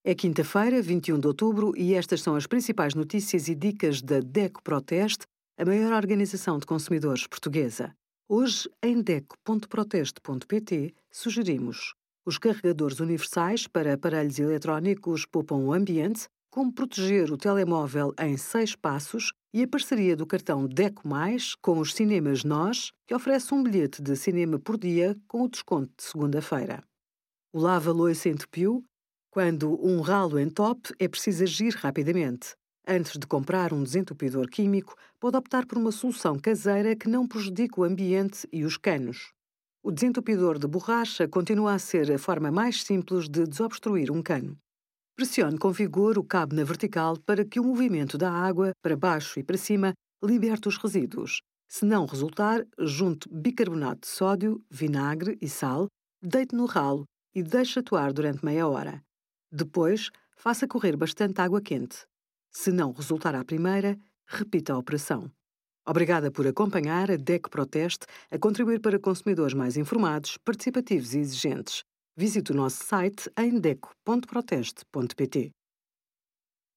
É quinta-feira, 21 de outubro, e estas são as principais notícias e dicas da DECO Proteste, a maior organização de consumidores portuguesa. Hoje, em DECO.proteste.pt, sugerimos: os carregadores universais para aparelhos eletrónicos poupam o ambiente, como proteger o telemóvel em 6 passos, e a parceria do cartão DECO+, com os cinemas Nós, que oferece um bilhete de cinema por dia com o desconto de segunda-feira. O lava-loiça entupiu. Quando um ralo entope, é preciso agir rapidamente. Antes de comprar um desentupidor químico, pode optar por uma solução caseira que não prejudique o ambiente e os canos. O desentupidor de borracha continua a ser a forma mais simples de desobstruir um cano. Pressione com vigor o cabo na vertical para que o movimento da água, para baixo e para cima, liberte os resíduos. Se não resultar, junte bicarbonato de sódio, vinagre e sal, deite no ralo e deixe atuar durante meia hora. Depois, faça correr bastante água quente. Se não resultar à primeira, repita a operação. Obrigada por acompanhar a DECO Proteste a contribuir para consumidores mais informados, participativos e exigentes. Visite o nosso site em deco.proteste.pt.